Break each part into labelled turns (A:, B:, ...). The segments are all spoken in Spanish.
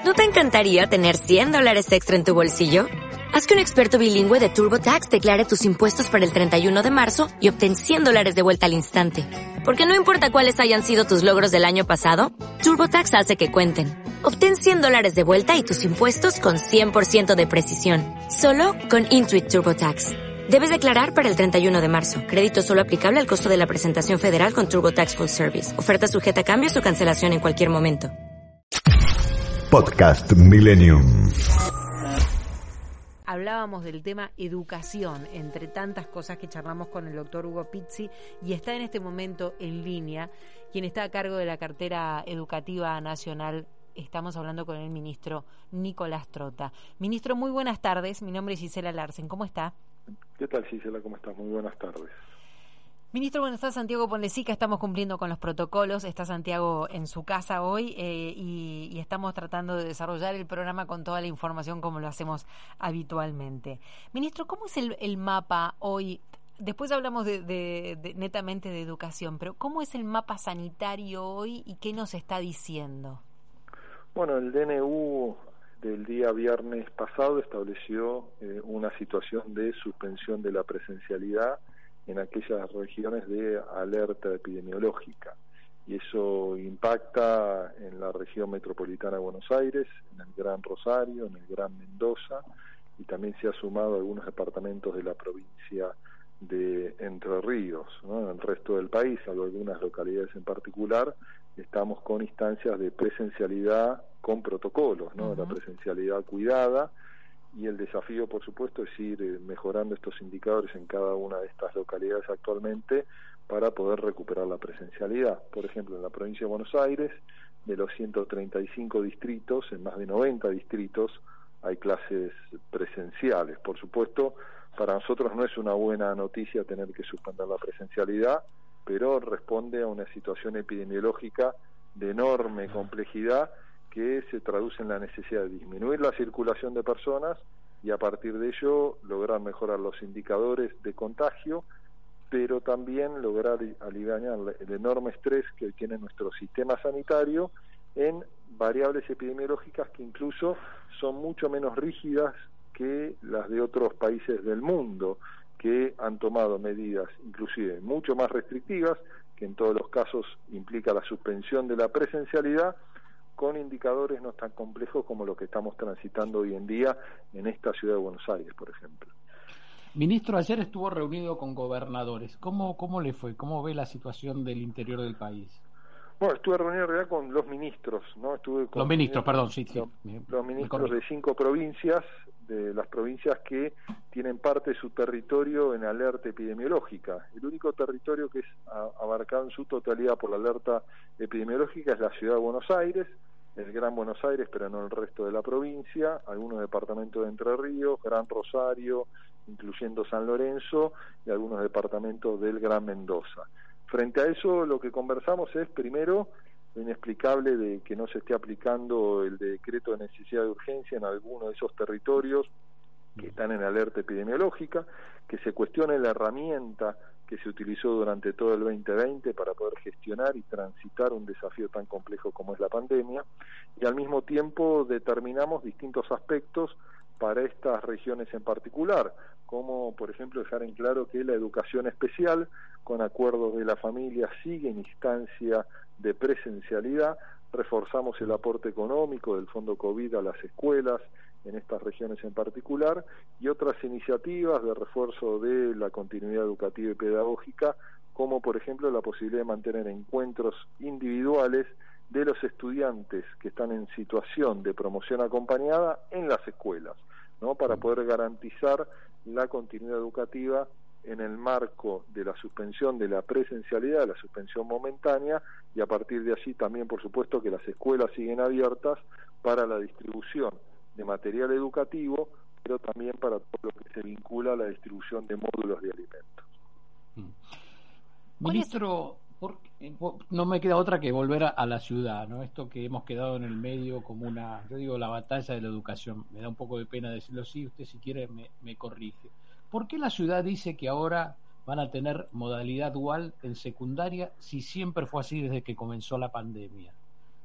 A: ¿No te encantaría tener $100 extra en tu bolsillo? Haz que un experto bilingüe de TurboTax declare tus impuestos para el 31 de marzo y obtén $100 de vuelta al instante. Porque no importa cuáles hayan sido tus logros del año pasado, TurboTax hace que cuenten. Obtén $100 de vuelta y tus impuestos con 100% de precisión. Solo con Intuit TurboTax. Debes declarar para el 31 de marzo. Crédito solo aplicable al costo de la presentación federal con TurboTax Full Service. Oferta sujeta a cambios o cancelación en cualquier momento.
B: Podcast Millennium.
C: Hablábamos del tema educación, entre tantas cosas que charlamos con el doctor Hugo Pizzi, y está en este momento en línea quien está a cargo de la cartera educativa nacional. Estamos hablando con el ministro Nicolás Trota. Ministro, muy buenas tardes. Mi nombre es Gisela Larsen. ¿Cómo está?
D: ¿Qué tal, Gisela? ¿Cómo estás? Muy buenas tardes.
C: Ministro, bueno, está Santiago Ponlecica, estamos cumpliendo con los protocolos, está Santiago en su casa hoy y estamos tratando de desarrollar el programa con toda la información como lo hacemos habitualmente. Ministro, ¿cómo es el mapa hoy? Después hablamos de netamente de educación, pero ¿cómo es el mapa sanitario hoy y qué nos está diciendo?
D: Bueno, el DNU del día viernes pasado estableció una situación de suspensión de la presencialidad en aquellas regiones de alerta epidemiológica, y eso impacta en la región metropolitana de Buenos Aires, en el Gran Rosario, en el Gran Mendoza, y también se ha sumado a algunos departamentos de la provincia de Entre Ríos, ¿no? En el resto del país, salvo algunas localidades en particular, estamos con instancias de presencialidad con protocolos, ¿no? La presencialidad cuidada, y el desafío, por supuesto, es ir mejorando estos indicadores en cada una de estas localidades actualmente para poder recuperar la presencialidad. Por ejemplo, en la provincia de Buenos Aires, de los 135 distritos, en más de 90 distritos hay clases presenciales. Por supuesto, para nosotros no es una buena noticia tener que suspender la presencialidad, pero responde a una situación epidemiológica de enorme complejidad que se traduce en la necesidad de disminuir la circulación de personas y a partir de ello lograr mejorar los indicadores de contagio, pero también lograr aliviar el enorme estrés que hoy tiene nuestro sistema sanitario en variables epidemiológicas que incluso son mucho menos rígidas que las de otros países del mundo, que han tomado medidas inclusive mucho más restrictivas, que en todos los casos implica la suspensión de la presencialidad, con indicadores no tan complejos como lo que estamos transitando hoy en día en esta ciudad de Buenos Aires, por ejemplo.
E: Ministro, ayer estuvo reunido con gobernadores. ¿Cómo le fue? ¿Cómo ve la situación del interior del país?
D: Bueno, estuve reunido en realidad con los ministros, ¿no? Estuve con
E: los ministros, perdón, sí.
D: Los ministros de 5 provincias, de las provincias que tienen parte de su territorio en alerta epidemiológica. El único territorio que es abarcado en su totalidad por la alerta epidemiológica es la ciudad de Buenos Aires, el Gran Buenos Aires, pero no el resto de la provincia, algunos departamentos de Entre Ríos, Gran Rosario, incluyendo San Lorenzo, y algunos departamentos del Gran Mendoza. Frente a eso, lo que conversamos es, primero, lo inexplicable de que no se esté aplicando el decreto de necesidad de urgencia en alguno de esos territorios que están en alerta epidemiológica, que se cuestione la herramienta que se utilizó durante todo el 2020 para poder gestionar y transitar un desafío tan complejo como es la pandemia, y al mismo tiempo determinamos distintos aspectos para estas regiones en particular, como por ejemplo dejar en claro que la educación especial, con acuerdos de la familia, sigue en instancia de presencialidad. Reforzamos el aporte económico del Fondo COVID a las escuelas en estas regiones en particular, y otras iniciativas de refuerzo de la continuidad educativa y pedagógica, como por ejemplo la posibilidad de mantener encuentros individuales de los estudiantes que están en situación de promoción acompañada en las escuelas, ¿no? Para poder garantizar la continuidad educativa en el marco de la suspensión de la presencialidad, la suspensión momentánea, y a partir de allí también, por supuesto, que las escuelas siguen abiertas para la distribución de material educativo, pero también para todo lo que se vincula a la distribución de módulos de alimentos.
E: Ministro, no me queda otra que volver a la ciudad, ¿no? Esto que hemos quedado en el medio como la batalla de la educación. Me da un poco de pena decirlo así, usted si quiere me corrige. ¿Por qué la ciudad dice que ahora van a tener modalidad dual en secundaria si siempre fue así desde que comenzó la pandemia?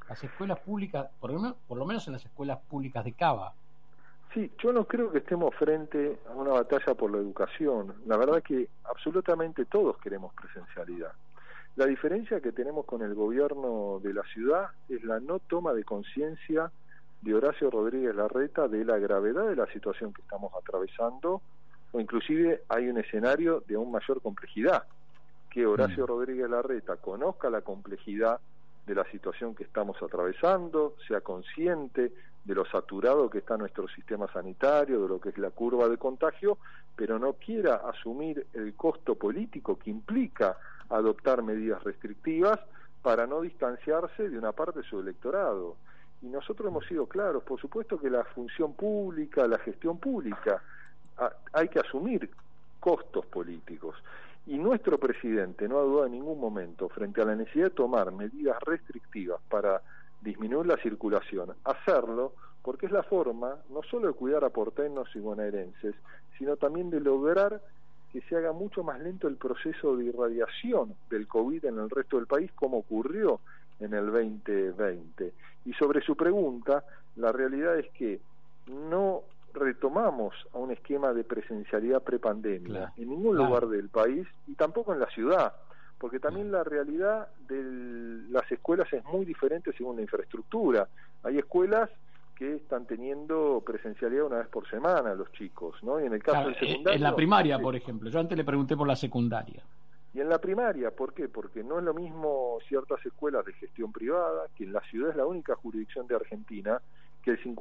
E: Las escuelas públicas, por lo menos en las escuelas públicas de Cava.
D: Sí, yo no creo que estemos frente a una batalla por la educación. La verdad que absolutamente todos queremos presencialidad. La diferencia que tenemos con el gobierno de la ciudad es la no toma de conciencia de Horacio Rodríguez Larreta de la gravedad de la situación que estamos atravesando, o inclusive hay un escenario de aún mayor complejidad, que Horacio Rodríguez Larreta conozca la complejidad de la situación que estamos atravesando, sea consciente de lo saturado que está nuestro sistema sanitario, de lo que es la curva de contagio, pero no quiera asumir el costo político que implica adoptar medidas restrictivas para no distanciarse de una parte de su electorado. Y nosotros hemos sido claros, por supuesto que la función pública, la gestión pública, hay que asumir costos políticos. Y nuestro presidente no ha dudado en ningún momento, frente a la necesidad de tomar medidas restrictivas para disminuir la circulación, hacerlo, porque es la forma no solo de cuidar a porteños y bonaerenses, sino también de lograr que se haga mucho más lento el proceso de irradiación del COVID en el resto del país, como ocurrió en el 2020. Y sobre su pregunta, la realidad es que no retomamos a un esquema de presencialidad prepandemia en ningún lugar del país y tampoco en la ciudad, porque también la realidad de las escuelas es muy diferente según la infraestructura. Hay escuelas que están teniendo presencialidad una vez por semana los chicos, ¿no? Y en el caso del secundario...
E: En la primaria, por ejemplo. Yo antes le pregunté por la secundaria.
D: Y en la primaria, ¿por qué? Porque no es lo mismo ciertas escuelas de gestión privada, que en la ciudad es la única jurisdicción de Argentina, que el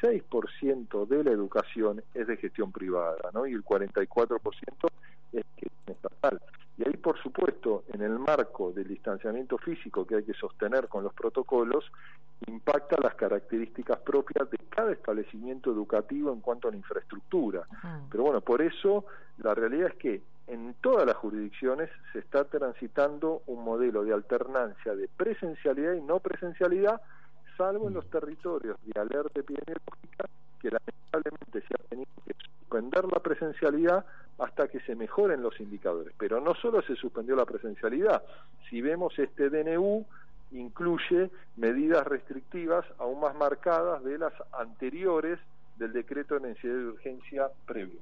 D: 56% de la educación es de gestión privada, ¿no? Y el 44% es gestión estatal. Y ahí, por supuesto, en el marco del distanciamiento físico que hay que sostener con los protocolos, impacta las características propias de cada establecimiento educativo en cuanto a la infraestructura. Pero bueno, por eso la realidad es que en todas las jurisdicciones se está transitando un modelo de alternancia de presencialidad y no presencialidad, salvo en los territorios de alerta epidemiológica, que lamentablemente se ha tenido que suspender la presencialidad hasta que se mejoren los indicadores. Pero no solo se suspendió la presencialidad, si vemos este DNU, incluye medidas restrictivas aún más marcadas de las anteriores del decreto de necesidad de urgencia previo.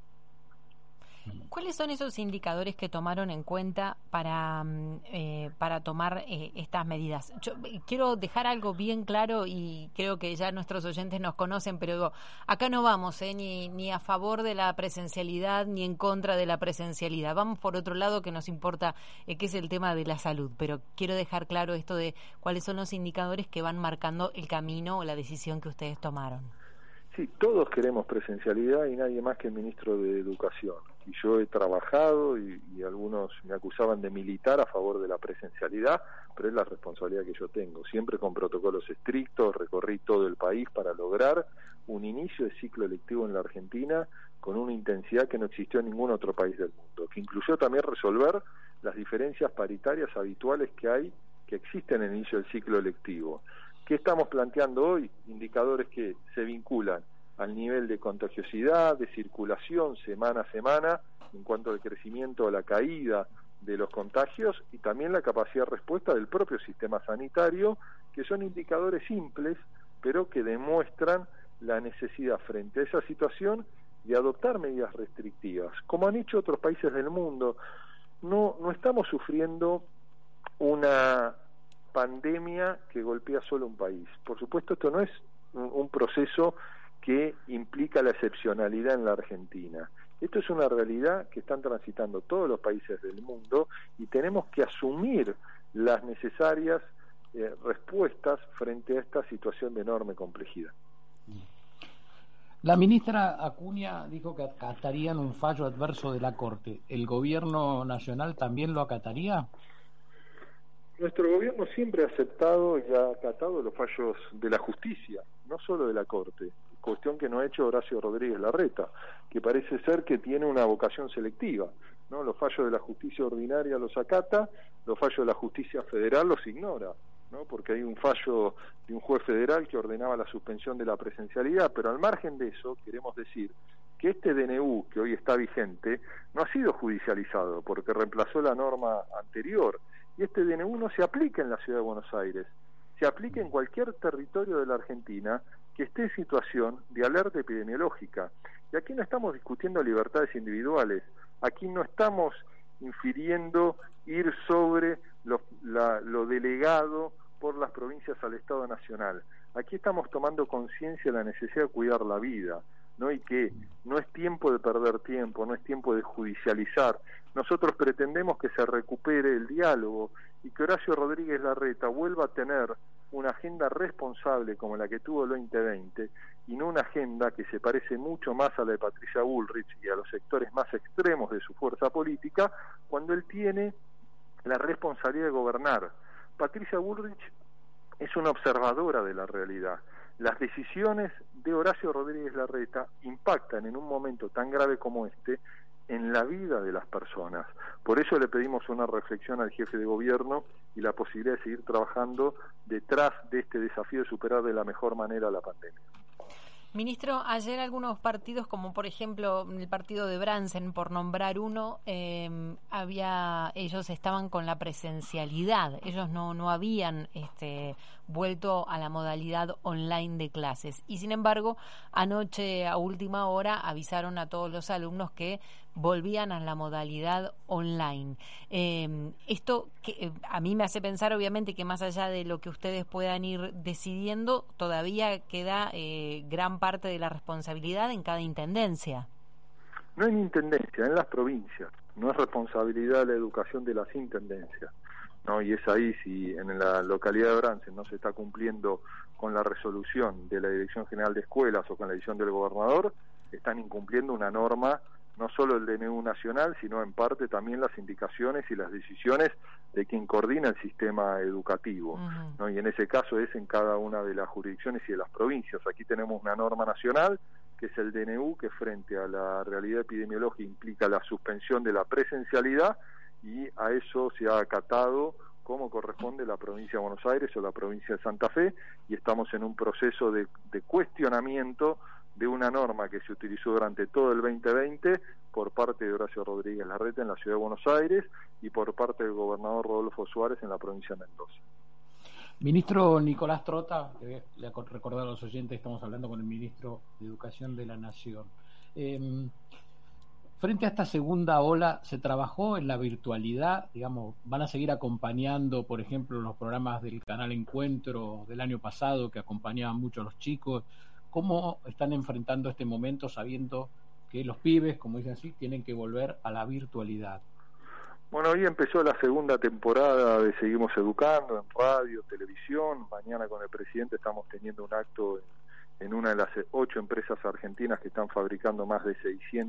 C: ¿Cuáles son esos indicadores que tomaron en cuenta para tomar estas medidas? Yo quiero dejar algo bien claro y creo que ya nuestros oyentes nos conocen, pero digo, acá no vamos ni a favor de la presencialidad ni en contra de la presencialidad. Vamos por otro lado, que nos importa, que es el tema de la salud, pero quiero dejar claro esto de cuáles son los indicadores que van marcando el camino o la decisión que ustedes tomaron.
D: Sí, todos queremos presencialidad y nadie más que el ministro de Educación. Y yo he trabajado y algunos me acusaban de militar a favor de la presencialidad, pero es la responsabilidad que yo tengo. Siempre con protocolos estrictos, recorrí todo el país para lograr un inicio de ciclo lectivo en la Argentina con una intensidad que no existió en ningún otro país del mundo, que incluyó también resolver las diferencias paritarias habituales que existen en el inicio del ciclo lectivo. ¿Qué estamos planteando hoy? Indicadores que se vinculan al nivel de contagiosidad, de circulación semana a semana, en cuanto al crecimiento o la caída de los contagios y también la capacidad de respuesta del propio sistema sanitario, que son indicadores simples, pero que demuestran la necesidad frente a esa situación de adoptar medidas restrictivas, como han hecho otros países del mundo. No estamos sufriendo una pandemia que golpea solo un país. Por supuesto, esto no es un proceso que implica la excepcionalidad en la Argentina. Esto es una realidad que están transitando todos los países del mundo y tenemos que asumir las necesarias respuestas frente a esta situación de enorme complejidad.
E: La ministra Acuña dijo que acatarían un fallo adverso de la Corte. ¿El gobierno nacional también lo acataría?
D: Nuestro gobierno siempre ha aceptado y ha acatado los fallos de la justicia, no solo de la Corte, cuestión que no ha hecho Horacio Rodríguez Larreta, que parece ser que tiene una vocación selectiva, ¿no? Los fallos de la justicia ordinaria los acata, los fallos de la justicia federal los ignora, ¿no? Porque hay un fallo de un juez federal que ordenaba la suspensión de la presencialidad, pero al margen de eso queremos decir que este DNU que hoy está vigente no ha sido judicializado porque reemplazó la norma anterior. Y este DNU no se aplica en la Ciudad de Buenos Aires, se aplique en cualquier territorio de la Argentina que esté en situación de alerta epidemiológica. Y aquí no estamos discutiendo libertades individuales, aquí no estamos infiriendo ir sobre lo delegado por las provincias al Estado Nacional. Aquí estamos tomando conciencia de la necesidad de cuidar la vida, ¿no? Y que no es tiempo de perder tiempo, no es tiempo de judicializar. Nosotros pretendemos que se recupere el diálogo y que Horacio Rodríguez Larreta vuelva a tener una agenda responsable como la que tuvo el 2020 y no una agenda que se parece mucho más a la de Patricia Bullrich y a los sectores más extremos de su fuerza política cuando él tiene la responsabilidad de gobernar. Patricia Bullrich es una observadora de la realidad. Las decisiones de Horacio Rodríguez Larreta impactan en un momento tan grave como este en la vida de las personas. Por eso le pedimos una reflexión al jefe de gobierno y la posibilidad de seguir trabajando detrás de este desafío de superar de la mejor manera la pandemia.
C: Ministro, ayer algunos partidos, como por ejemplo el partido de Bransen, por nombrar uno, ellos estaban con la presencialidad, ellos no habían vuelto a la modalidad online de clases y sin embargo anoche a última hora avisaron a todos los alumnos que volvían a la modalidad online. Esto que a mí me hace pensar obviamente que más allá de lo que ustedes puedan ir decidiendo, todavía queda gran parte de la responsabilidad en cada intendencia.
D: No en intendencia, en las provincias. No es responsabilidad de la educación de las intendencias, ¿no? Y es ahí, si en la localidad de Bransen no se está cumpliendo con la resolución de la Dirección General de Escuelas o con la decisión del gobernador, están incumpliendo una norma, no solo el DNU nacional, sino en parte también las indicaciones y las decisiones de quien coordina el sistema educativo, ¿no? Y en ese caso es en cada una de las jurisdicciones y de las provincias. Aquí tenemos una norma nacional, que es el DNU, que frente a la realidad epidemiológica implica la suspensión de la presencialidad, y a eso se ha acatado como corresponde la provincia de Buenos Aires o la provincia de Santa Fe, y estamos en un proceso de cuestionamiento de una norma que se utilizó durante todo el 2020 por parte de Horacio Rodríguez Larreta en la ciudad de Buenos Aires y por parte del gobernador Rodolfo Suárez en la provincia de Mendoza.
E: Ministro Nicolás Trota, le recordar a los oyentes, estamos hablando con el ministro de Educación de la Nación. Frente a esta segunda ola, ¿se trabajó en la virtualidad? Digamos, ¿van a seguir acompañando, por ejemplo, los programas del Canal Encuentro del año pasado que acompañaban mucho a los chicos? ¿Cómo están enfrentando este momento sabiendo que los pibes, como dicen así, tienen que volver a la virtualidad?
D: Bueno, hoy empezó la segunda temporada de Seguimos Educando en radio, televisión. Mañana con el presidente estamos teniendo un acto en una de las 8 empresas argentinas que están fabricando más de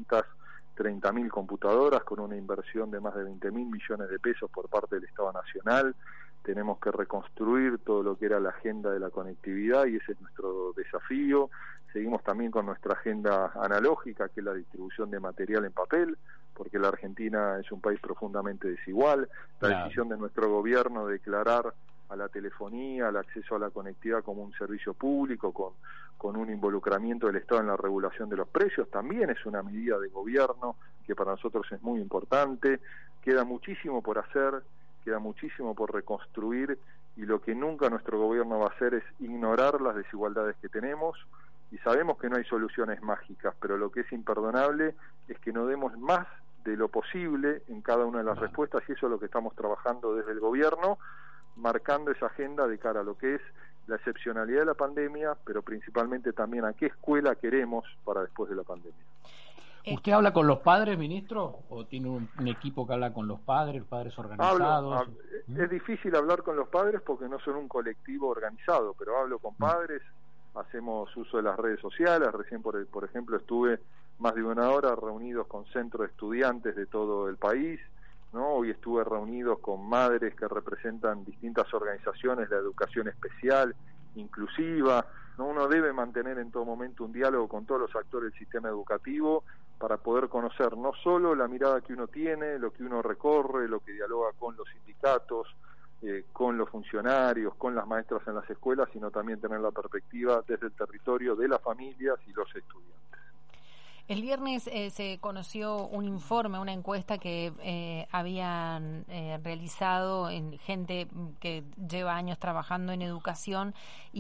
D: 630.000 computadoras con una inversión de más de 20.000 millones de pesos por parte del Estado Nacional. Tenemos que reconstruir todo lo que era la agenda de la conectividad y ese es nuestro desafío. Seguimos también con nuestra agenda analógica, que es la distribución de material en papel, porque la Argentina es un país profundamente desigual. La decisión de nuestro gobierno de declarar a la telefonía, al acceso a la conectividad como un servicio público, con un involucramiento del Estado en la regulación de los precios, también es una medida de gobierno que para nosotros es muy importante. Queda muchísimo por hacer, queda muchísimo por reconstruir, y lo que nunca nuestro gobierno va a hacer es ignorar las desigualdades que tenemos, y sabemos que no hay soluciones mágicas, pero lo que es imperdonable es que no demos más de lo posible en cada una de las respuestas, y eso es lo que estamos trabajando desde el gobierno, marcando esa agenda de cara a lo que es la excepcionalidad de la pandemia, pero principalmente también a qué escuela queremos para después de la pandemia.
E: ¿Usted habla con los padres, ministro? ¿O tiene un equipo que habla con los padres organizados?
D: Es difícil hablar con los padres porque no son un colectivo organizado, pero hablo con padres, hacemos uso de las redes sociales. Recién, por ejemplo, estuve más de una hora reunidos con centros de estudiantes de todo el país, ¿no? Hoy estuve reunidos con madres que representan distintas organizaciones de educación especial, inclusiva, ¿no? Uno debe mantener en todo momento un diálogo con todos los actores del sistema educativo para poder conocer no solo la mirada que uno tiene, lo que uno recorre, lo que dialoga con los sindicatos, con los funcionarios, con las maestras en las escuelas, sino también tener la perspectiva desde el territorio de las familias y los estudiantes.
C: El viernes se conoció un informe, una encuesta que habían realizado en gente que lleva años trabajando en educación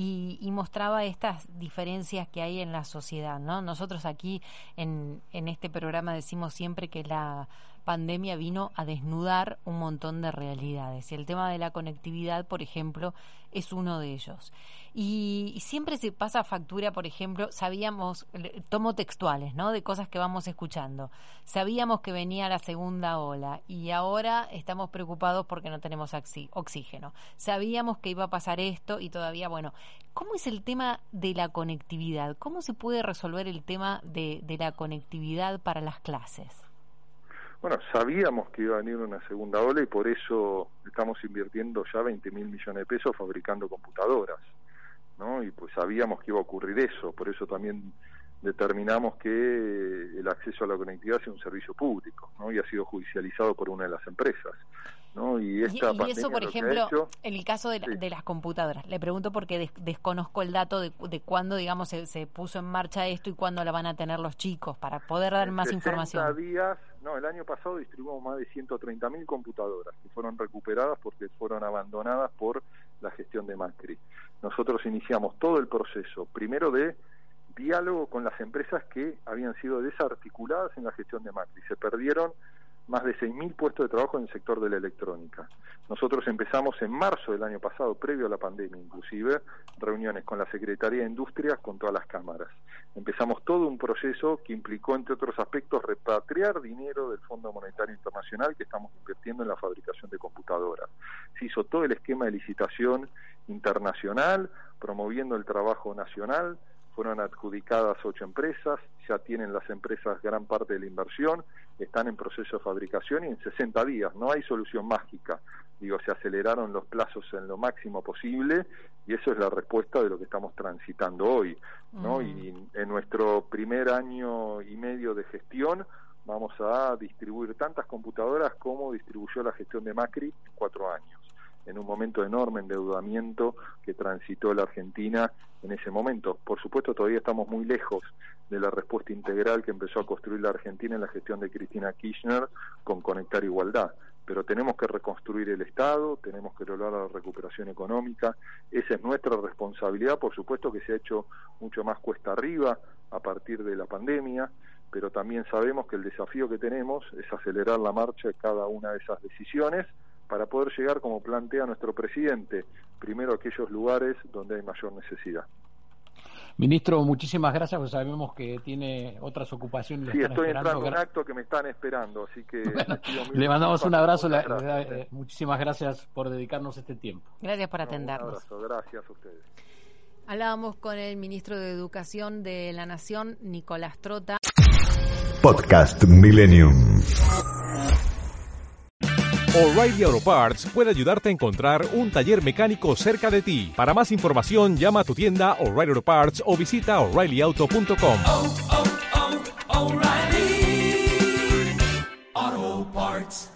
C: y mostraba estas diferencias que hay en la sociedad, ¿no? Nosotros aquí en este programa decimos siempre que la pandemia vino a desnudar un montón de realidades y el tema de la conectividad, por ejemplo, es uno de ellos. Y siempre se pasa factura, por ejemplo, sabíamos, tomo textuales, ¿no?, de cosas que vamos escuchando. Sabíamos que venía la segunda ola y ahora estamos preocupados porque no tenemos oxígeno. Sabíamos que iba a pasar esto y todavía, bueno, ¿cómo es el tema de la conectividad? ¿Cómo se puede resolver el tema de la conectividad para las clases?
D: Bueno, sabíamos que iba a venir una segunda ola y por eso estamos invirtiendo ya 20.000 millones de pesos fabricando computadoras, ¿no? Y pues sabíamos que iba a ocurrir eso, por eso también determinamos que el acceso a la conectividad sea un servicio público, ¿no? Y ha sido judicializado por una de las empresas, ¿no? Y
C: eso, por ejemplo, en el caso de las computadoras, le pregunto porque desconozco el dato de cuándo, digamos, se puso en marcha esto y cuándo la van a tener los chicos, para poder dar más información.
D: El año pasado distribuimos más de 130.000 computadoras que fueron recuperadas porque fueron abandonadas por la gestión de Macri. Nosotros iniciamos todo el proceso, primero de diálogo con las empresas que habían sido desarticuladas en la gestión de Macri. Se perdieron más de 6.000 puestos de trabajo en el sector de la electrónica. Nosotros empezamos en marzo del año pasado, previo a la pandemia inclusive, reuniones con la Secretaría de Industria, con todas las cámaras. Empezamos todo un proceso que implicó, entre otros aspectos, repatriar dinero del Fondo Monetario Internacional que estamos invirtiendo en la fabricación de computadoras. Se hizo todo el esquema de licitación internacional, promoviendo el trabajo nacional. Fueron adjudicadas 8 empresas, ya tienen las empresas gran parte de la inversión, están en proceso de fabricación y en 60 días, no hay solución mágica. Se aceleraron los plazos en lo máximo posible y eso es la respuesta de lo que estamos transitando hoy, ¿no? Y en nuestro primer año y medio de gestión vamos a distribuir tantas computadoras como distribuyó la gestión de Macri en 4 años, en un momento de enorme endeudamiento que transitó la Argentina en ese momento. Por supuesto, todavía estamos muy lejos de la respuesta integral que empezó a construir la Argentina en la gestión de Cristina Kirchner con Conectar Igualdad, pero tenemos que reconstruir el Estado, tenemos que lograr la recuperación económica, esa es nuestra responsabilidad. Por supuesto que se ha hecho mucho más cuesta arriba a partir de la pandemia, pero también sabemos que el desafío que tenemos es acelerar la marcha de cada una de esas decisiones para poder llegar, como plantea nuestro presidente, primero a aquellos lugares donde hay mayor necesidad.
E: Ministro, muchísimas gracias, pues sabemos que tiene otras ocupaciones.
D: Sí, estoy entrando en un acto que me están esperando, así que...
E: Bueno, le mandamos un abrazo, muchísimas gracias por dedicarnos este tiempo.
C: Gracias por atendernos.
D: Un abrazo, gracias a ustedes.
C: Hablábamos con el ministro de Educación de la Nación, Nicolás Trota.
B: Podcast Millennium.
F: O'Reilly Auto Parts puede ayudarte a encontrar un taller mecánico cerca de ti. Para más información, llama a tu tienda O'Reilly Auto Parts o visita O'ReillyAuto.com.
G: O'Reilly Auto Parts.